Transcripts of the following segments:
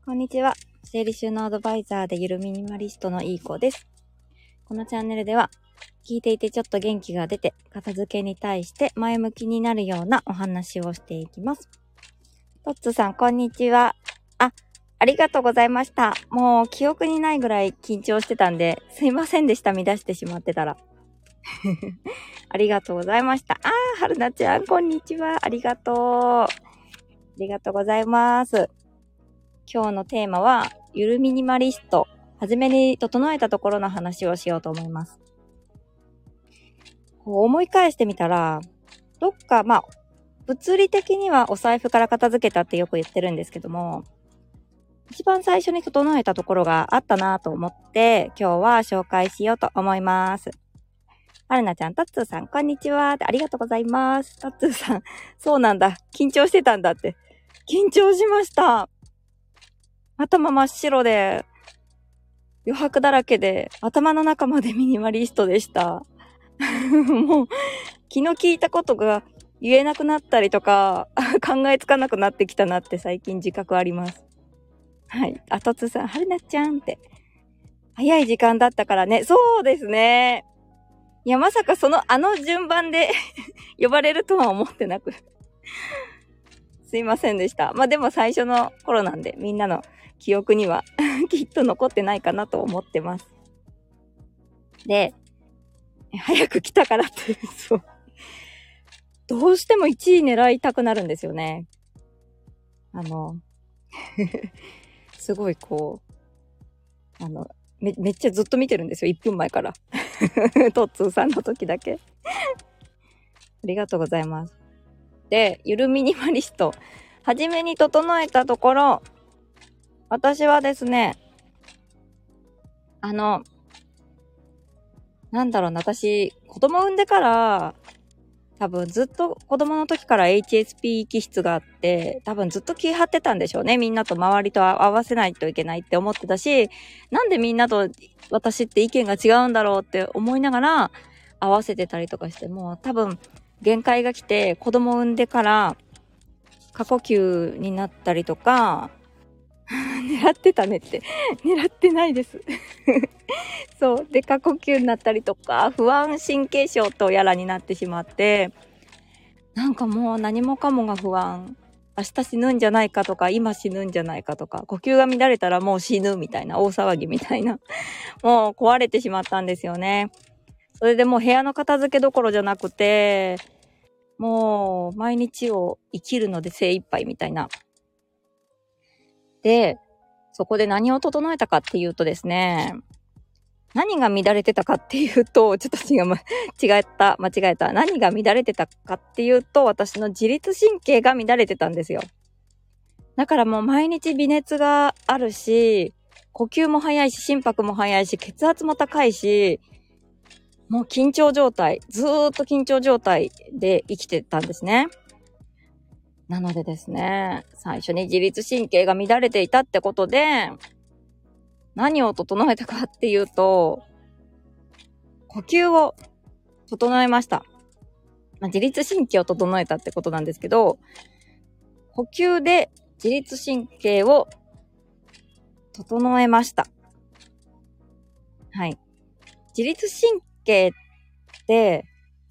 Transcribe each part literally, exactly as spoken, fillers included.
こんにちは。整理収納アドバイザーでゆるミニマリストのいい子です。このチャンネルでは聞いていてちょっと元気が出て片付けに対して前向きになるようなお話をしていきます。トッツーさんこんにちは。あ、ありがとうございました。もう記憶にないぐらい緊張してたんですいませんでした。乱してしまってたら。ありがとうございました。あー、はるなちゃんこんにちは。ありがとう。ありがとうございます。今日のテーマはゆるミニマリスト、はじめに整えたところの話をしようと思います。こう思い返してみたら、どっかまあ物理的にはお財布から片付けたってよく言ってるんですけども、一番最初に整えたところがあったなと思って今日は紹介しようと思います。はるなちゃん、タッツーさんこんにちは。ありがとうございます。タッツーさん、そうなんだ、緊張してたんだって。緊張しました。頭真っ白で余白だらけで頭の中までミニマリストでした。もう気の利いたことが言えなくなったりとか考えつかなくなってきたなって最近自覚あります。はい。あとつさん、はるなちゃんって早い時間だったからね。そうですね。いやまさかそのあの順番で呼ばれるとは思ってなくすいませんでした。まあでも最初の頃なんでみんなの記憶にはきっと残ってないかなと思ってます。で、早く来たからってそうどうしてもいちい狙いたくなるんですよね。あのすごいこうあの め, めっちゃずっと見てるんですよ。いっぷんまえからトッツーさんの時だけありがとうございます。で、ゆるミニマリストはじめに整えたところ、私はですね、あのなんだろうな、私子供産んでから多分ずっと子供の時から エイチエスピー 気質があって、多分ずっと気張ってたんでしょうね。みんなと周りと合わせないといけないって思ってたし、なんでみんなと私って意見が違うんだろうって思いながら合わせてたりとかして、もう多分限界が来て子供産んでから過呼吸になったりとか狙ってたねって狙ってないですそうで過呼吸になったりとか不安神経症とやらになってしまって、なんかもう何もかもが不安。明日死ぬんじゃないかとか今死ぬんじゃないかとか呼吸が乱れたらもう死ぬみたいな大騒ぎみたいなもう壊れてしまったんですよね。それでもう部屋の片付けどころじゃなくて、もう毎日を生きるので精一杯みたいな。で、そこで何を整えたかっていうとですね、何が乱れてたかっていうと、ちょっと違う、違った、間違えた。何が乱れてたかっていうと、私の自律神経が乱れてたんですよ。だからもう毎日微熱があるし、呼吸も早いし、心拍も早いし、血圧も高いし、もう緊張状態、ずーっと緊張状態で生きてたんですね。なのでですね、最初に自律神経が乱れていたってことで、何を整えたかっていうと、呼吸を整えました。まあ、自律神経を整えたってことなんですけど、呼吸で自律神経を整えました。はい。自律神経って、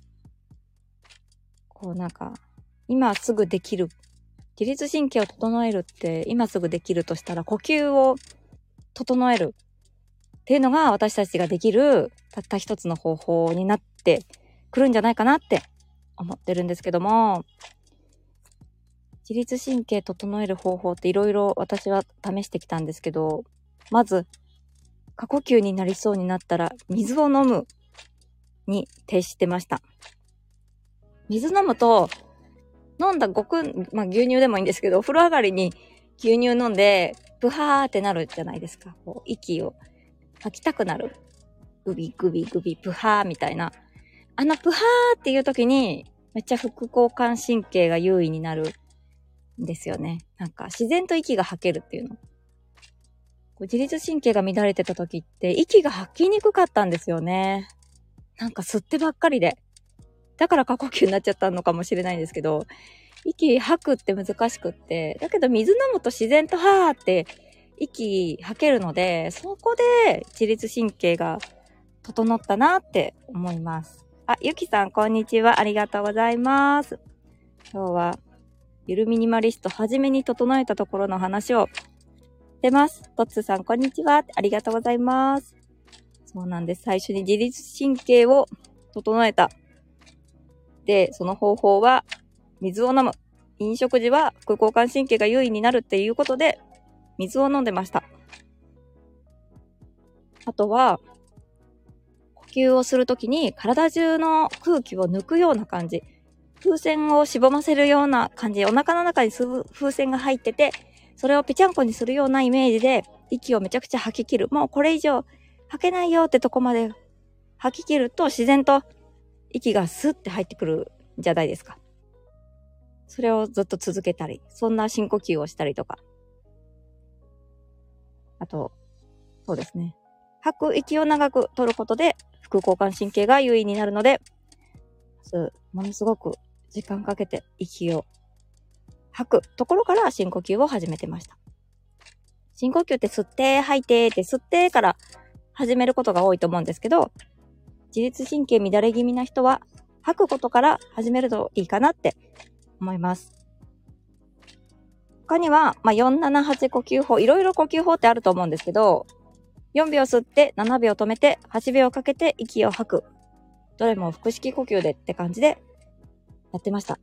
こうなんか、今すぐできる。自律神経を整えるって今すぐできるとしたら呼吸を整えるっていうのが私たちができるたった一つの方法になってくるんじゃないかなって思ってるんですけども、自律神経整える方法っていろいろ私は試してきたんですけど、まず過呼吸になりそうになったら水を飲むに徹してました。水飲むと飲んだごくん、まあ牛乳でもいいんですけど、お風呂上がりに牛乳飲んでブハーってなるじゃないですか。こう息を吐きたくなる。グビグビグビプハーみたいな。あのプハーっていう時にめっちゃ副交感神経が優位になるんですよね。なんか自然と息が吐けるっていうの。こう自律神経が乱れてた時って息が吐きにくかったんですよね。なんか吸ってばっかりで。だから過呼吸になっちゃったのかもしれないんですけど、息吐くって難しくって、だけど水飲むと自然とはーって息吐けるので、そこで自律神経が整ったなって思います。あ、ゆきさんこんにちは。ありがとうございます。今日はゆるミニマリストはじめに整えたところの話をしてます。トッツーさんこんにちは。ありがとうございます。そうなんです。最初に自律神経を整えた。で、その方法は水を飲む。飲食時は副交感神経が優位になるっていうことで水を飲んでました。あとは呼吸をするときに体中の空気を抜くような感じ。風船をしぼませるような感じ。お腹の中に風船が入ってて、それをぺちゃんこにするようなイメージで息をめちゃくちゃ吐き切る。もうこれ以上吐けないよってとこまで吐き切ると自然と息がスッて入ってくるじゃないですか。それをずっと続けたり、そんな深呼吸をしたりとか。あと、そうですね。吐く息を長く取ることで副交感神経が優位になるので、ものすごく時間かけて息を吐くところから深呼吸を始めてました。深呼吸って吸って吐いてって吸ってから始めることが多いと思うんですけど、自律神経乱れ気味な人は吐くことから始めるといいかなって思います。他には、まあ、よんななはち呼吸法、いろいろ呼吸法ってあると思うんですけど、よんびょう吸ってななびょう止めてはちびょうかけて息を吐く。どれも腹式呼吸でって感じでやってました。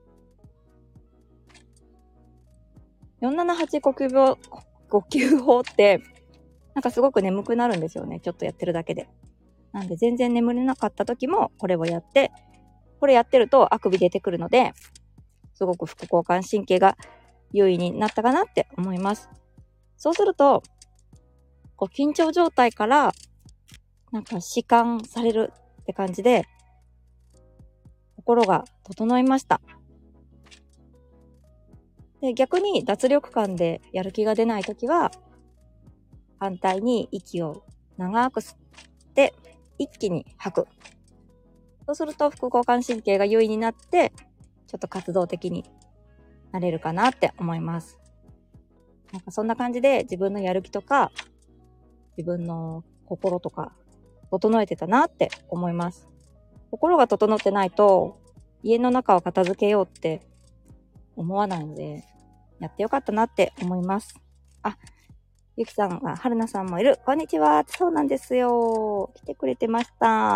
よんななはち呼吸法、呼吸法って、なんかすごく眠くなるんですよね。ちょっとやってるだけで。なんで全然眠れなかった時もこれをやって、これやってるとあくび出てくるので、すごく副交感神経が優位になったかなって思います。そうすると、こう緊張状態からなんか弛緩されるって感じで、心が整いました。で、逆に脱力感でやる気が出ないときは、反対に息を長く吸って、一気に吐く。そうすると副交感神経が優位になって、ちょっと活動的になれるかなって思います。なんかそんな感じで自分のやる気とか、自分の心とか、整えてたなって思います。心が整ってないと、家の中を片付けようって思わないので、やってよかったなって思います。あ、ゆきさんは、はるなさんもいる。こんにちは。そうなんですよ。来てくれてました。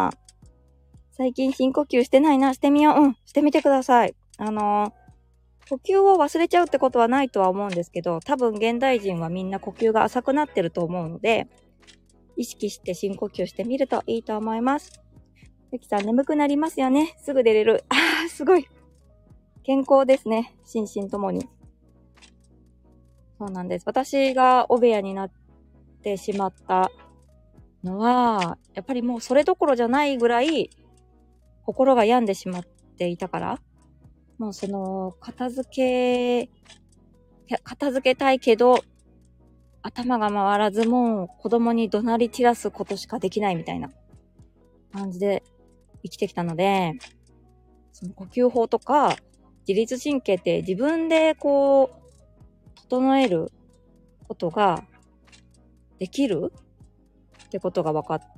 最近深呼吸してないな。してみよう。うん。してみてください。あのー、呼吸を忘れちゃうってことはないとは思うんですけど、多分現代人はみんな呼吸が浅くなってると思うので、意識して深呼吸してみるといいと思います。ゆきさん、眠くなりますよね。すぐ出れる。あー、すごい。健康ですね。心身ともに。そうなんです。私がお部屋になってしまったのは、やっぱりもうそれどころじゃないぐらい心が病んでしまっていたから、もうその片付け、片付けたいけど頭が回らず、もう子供に怒鳴り散らすことしかできないみたいな感じで生きてきたので、その呼吸法とか自律神経って自分でこう整えることができるってことが分かって、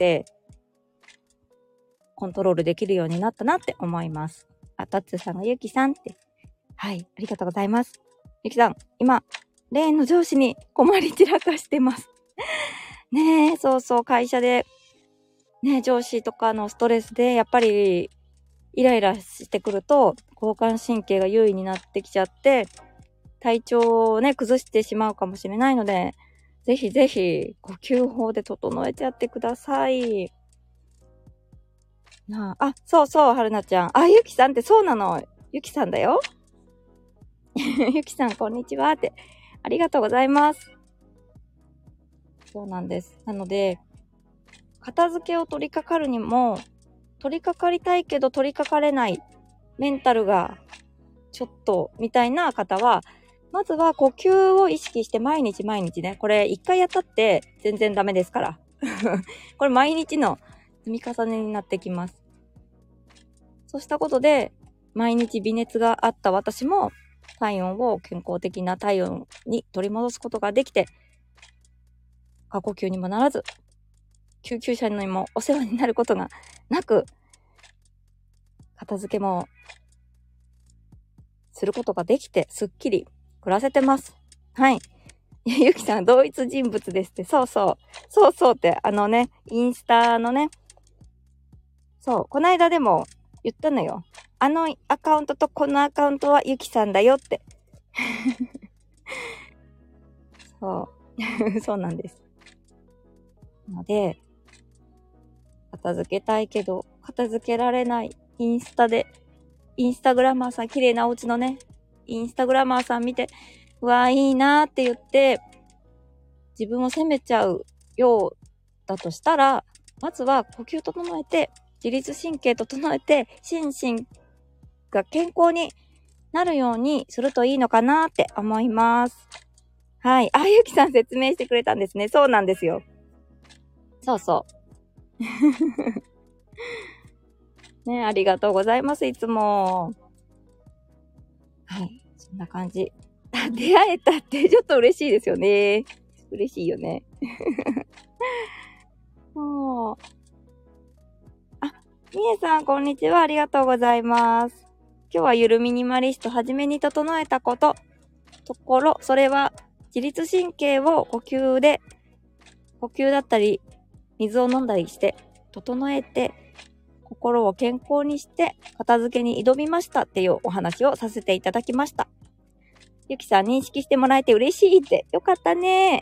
コントロールできるようになったなって思います。あ、タッツーさんがゆきさんって。はい、ありがとうございます。ゆきさん、今、例の上司に困り散らかしてます。ねえ、そうそう、会社で、ね、上司とかのストレスで、やっぱり、イライラしてくると、交感神経が優位になってきちゃって、体調をね、崩してしまうかもしれないので、ぜひぜひ、呼吸法で整えてやってください。なあ、あ、そうそう、はるなちゃん。あ、ゆきさんってそうなの。ゆきさんだよ。ゆきさん、こんにちはって。ありがとうございます。そうなんです。なので、片付けを取り掛かるにも、取り掛かりたいけど取り掛かれない、メンタルがちょっとみたいな方は、まずは呼吸を意識して毎日毎日ね、これ一回やったって全然ダメですから。これ毎日の積み重ねになってきます。そうしたことで、毎日微熱があった私も体温を健康的な体温に取り戻すことができて、 過呼吸にもならず、救急車にもお世話になることがなく、片付けもすることができて、すっきり暮らせてます。はい。ゆきさん、同一人物ですって。そうそう。そうそうって、あのね、インスタのね、そう、この間でも言ったのよ。あのアカウントとこのアカウントはゆきさんだよって。そう。そうなんです。ので、片付けたいけど、片付けられない。インスタで、インスタグラマーさん、綺麗なお家のね、インスタグラマーさん見て、うわーいいなーって言って、自分を責めちゃうようだとしたら、まずは呼吸整えて、自律神経整えて、心身が健康になるようにするといいのかなって思います。はい。あ、ゆきさん説明してくれたんですね。そうなんですよ。そうそう。ね、ありがとうございます。いつも。はい。そんな感じ。出会えたってちょっと嬉しいですよね。嬉しいよね。そう。あ、みえさん、こんにちは。ありがとうございます。今日はゆるミニマリスト、はじめに整えたこと、ところ、それは、自律神経を呼吸で、呼吸だったり、水を飲んだりして、整えて、心を健康にして、片付けに挑みましたっていうお話をさせていただきました。ゆきさん、認識してもらえて嬉しいって。よかったね。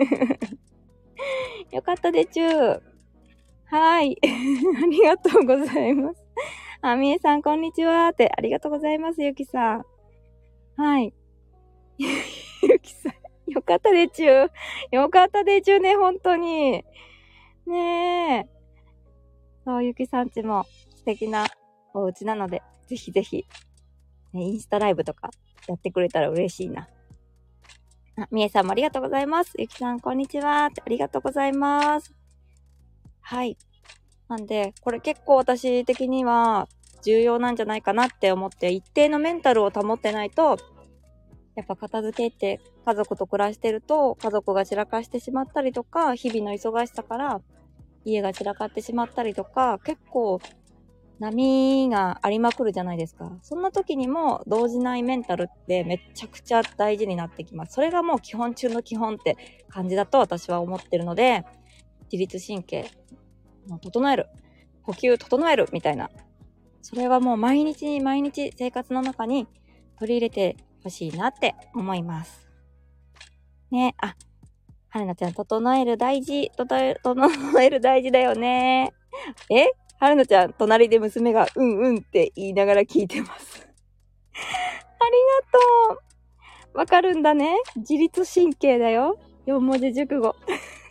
よかったでちゅー。はい。ありがとうございます。あ、みえさん、こんにちはって。ありがとうございます、ゆきさん。はい。ゆきさん、よかったでちゅー。よかったでちゅーね、本当に。ねえ。そう、ゆきさんちも素敵なお家なので、ぜひぜひ、ね、インスタライブとかやってくれたら嬉しいな。あ、みえさんもありがとうございます。ゆきさん、こんにちは。ありがとうございます。はい。なんで、これ結構私的には重要なんじゃないかなって思って、一定のメンタルを保ってないと、やっぱ片付けって家族と暮らしてると、家族が散らかしてしまったりとか、日々の忙しさから家が散らかってしまったりとか、結構波がありまくるじゃないですか。そんな時にも動じないメンタルってめちゃくちゃ大事になってきます。それがもう基本中の基本って感じだと私は思ってるので、自律神経の整える、呼吸整えるみたいな、それはもう毎日毎日生活の中に取り入れてほしいなって思いますね。あ、はるなちゃん、整える大事、整え、整える大事だよね。え、はるなちゃん、隣で娘がうんうんって言いながら聞いてます。ありがとう。わかるんだね。自律神経だよ。よん文字熟語。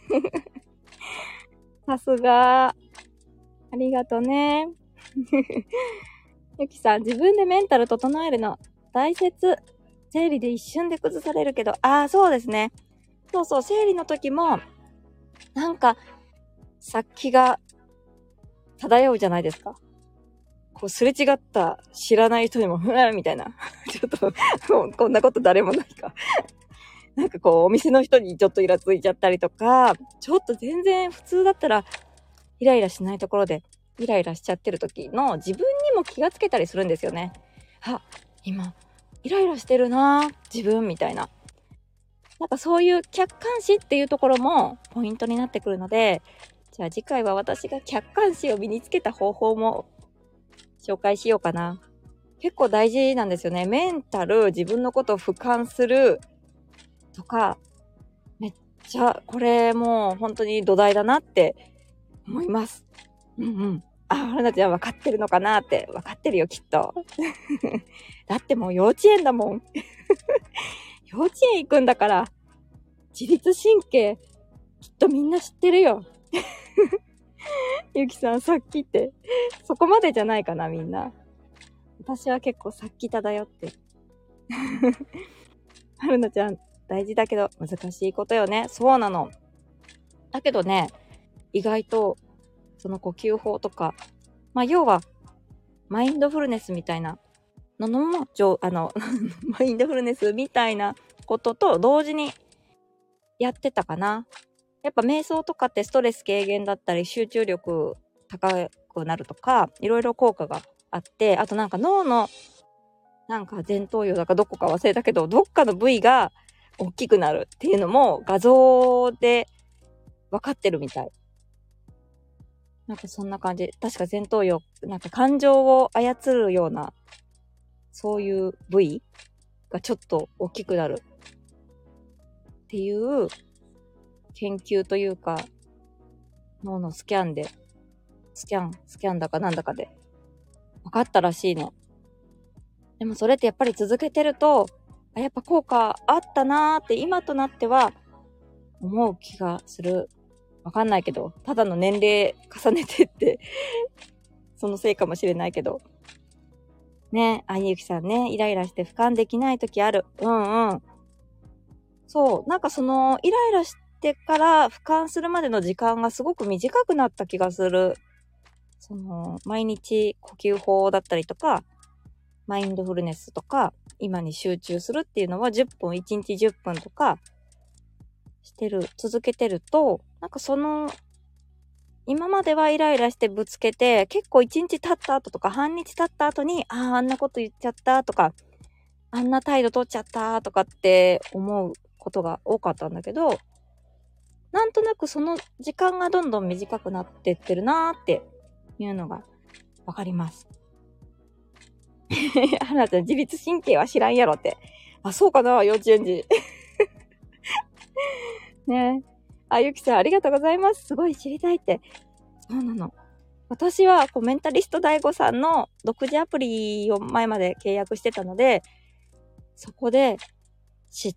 さすが。ありがとね。ゆきさん、自分でメンタル整えるの大切。生理で一瞬で崩されるけど、ああ、そうですね。そうそう、生理の時も、なんか、殺気が漂うじゃないですか。こう、すれ違った知らない人にも、ふわーみたいな。ちょっと、こんなこと誰もないか。なんかこう、お店の人にちょっとイラついちゃったりとか、ちょっと全然普通だったら、イライラしないところで、イライラしちゃってる時の自分にも気がつけたりするんですよね。あ、今、イライラしてるな、自分みたいな。なんかそういう客観視っていうところもポイントになってくるので、じゃあ次回は私が客観視を身につけた方法も紹介しようかな。結構大事なんですよね。メンタル、自分のことを俯瞰するとか、めっちゃこれもう本当に土台だなって思います。うんうん。あ、はるなちゃん分かってるのかなって。分かってるよ、きっと。だってもう幼稚園だもん。幼稚園行くんだから、自律神経、きっとみんな知ってるよ。ゆきさん、さっきって、そこまでじゃないかな、みんな。私は結構さっき漂って。はるなちゃん、大事だけど難しいことよね。そうなの。だけどね、意外と、その呼吸法とか、まあ、要は、マインドフルネスみたいなのも、あの、マインドフルネスみたいなことと同時にやってたかな。 やっぱ瞑想とかってストレス軽減だったり集中力高くなるとかいろいろ効果があって、あとなんか脳のなんか前頭葉だかどこか忘れたけどどっかの部位が大きくなるっていうのも画像で分かってるみたい。なんかそんな感じ。確か前頭葉、なんか感情を操るようなそういう部位がちょっと大きくなるっていう研究というか脳のスキャンでスキャンスキャンだかなんだかで分かったらしいの。でもそれってやっぱり続けてるとあやっぱ効果あったなーって今となっては思う気がする。わかんないけどただの年齢重ねてってそのせいかもしれないけどね。あゆきさんね、イライラして俯瞰できない時ある。うんうん。そう、なんかそのイライラしてから俯瞰するまでの時間がすごく短くなった気がする。その毎日呼吸法だったりとかマインドフルネスとか今に集中するっていうのはじゅっぷんいちにちじゅっぷんとかしてる続けてるとなんかその今まではイライラしてぶつけて結構いちにち経った後とか半日経った後にあああんなこと言っちゃったとかあんな態度取っちゃったとかって思うことが多かったんだけどなんとなくその時間がどんどん短くなってってるなーっていうのがわかります。はなちゃん自律神経は知らんやろって。あ、そうかな幼稚園児。ねえ。あ、ゆきさんありがとうございます。すごい知りたいって。そうなの。私はコメンタリスト大悟さんの独自アプリを前まで契約してたので、そこで知った、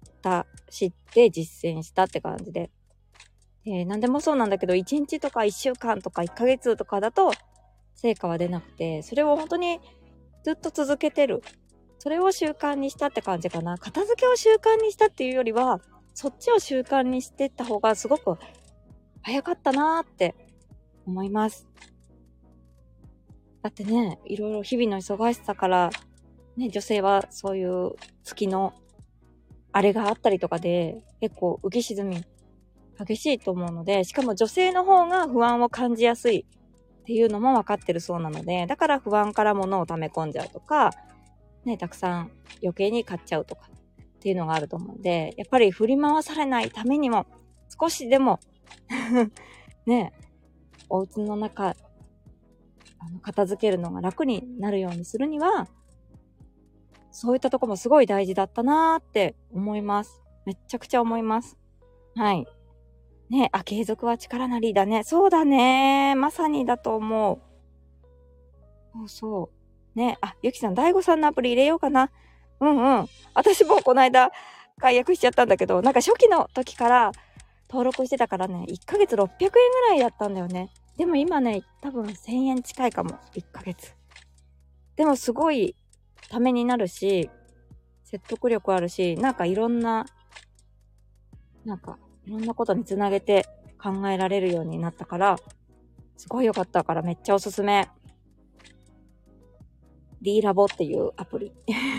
知って実践したって感じで。えー、何でもそうなんだけど、いちにちとかいっしゅうかんとかいっかげつとかだと成果は出なくて、それを本当にずっと続けてる。それを習慣にしたって感じかな。片付けを習慣にしたっていうよりは、そっちを習慣にしてった方がすごく早かったなーって思います。だってね、いろいろ日々の忙しさから、ね、女性はそういう月のあれがあったりとかで結構浮き沈み激しいと思うので、しかも女性の方が不安を感じやすいっていうのも分かってるそうなので、だから不安から物を溜め込んじゃうとか、ね、たくさん余計に買っちゃうとかっていうのがあると思うんで、やっぱり振り回されないためにも少しでもね、お家の中あの片付けるのが楽になるようにするには、そういったとこもすごい大事だったなーって思います。めっちゃくちゃ思います。はい。ね、あ、継続は力なりだね。そうだね。まさにだと思う。そうそう。ね、あ、ゆきさん、大悟さんのアプリ入れようかな。うんうん。私もこの間解約しちゃったんだけど、なんか初期の時から登録してたからね、いっかげつろっぴゃくえんぐらいだったんだよね。でも今ね、多分せんえん近いかも。いっかげつ。でもすごいためになるし、説得力あるし、なんかいろんな、なんかいろんなことにつなげて考えられるようになったから、すごい良かったからめっちゃおすすめ。D ラボっていうアプリ。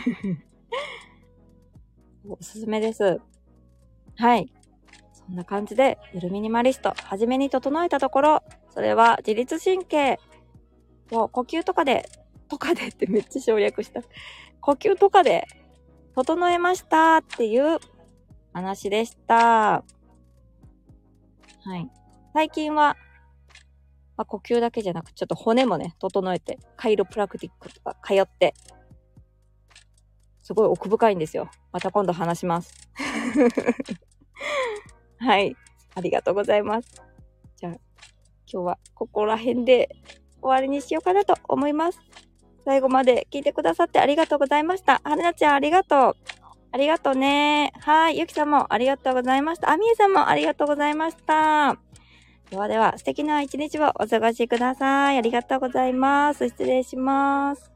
おすすめです。はい。そんな感じで、ゆるミニマリスト、はじめに整えたところ、それは自律神経を呼吸とかで、とかでってめっちゃ省略した。呼吸とかで整えましたっていう話でした。はい。最近は、まあ、呼吸だけじゃなく、ちょっと骨もね、整えて、カイロプラクティックとか通って、すごい奥深いんですよ。また今度話します。はい。ありがとうございます。じゃあ、今日はここら辺で終わりにしようかなと思います。最後まで聞いてくださってありがとうございました。はるなちゃんありがとう。ありがとうね。はい。ゆきさんもありがとうございました。あみえさんもありがとうございました。ではでは素敵な一日をお過ごしください。ありがとうございます。失礼します。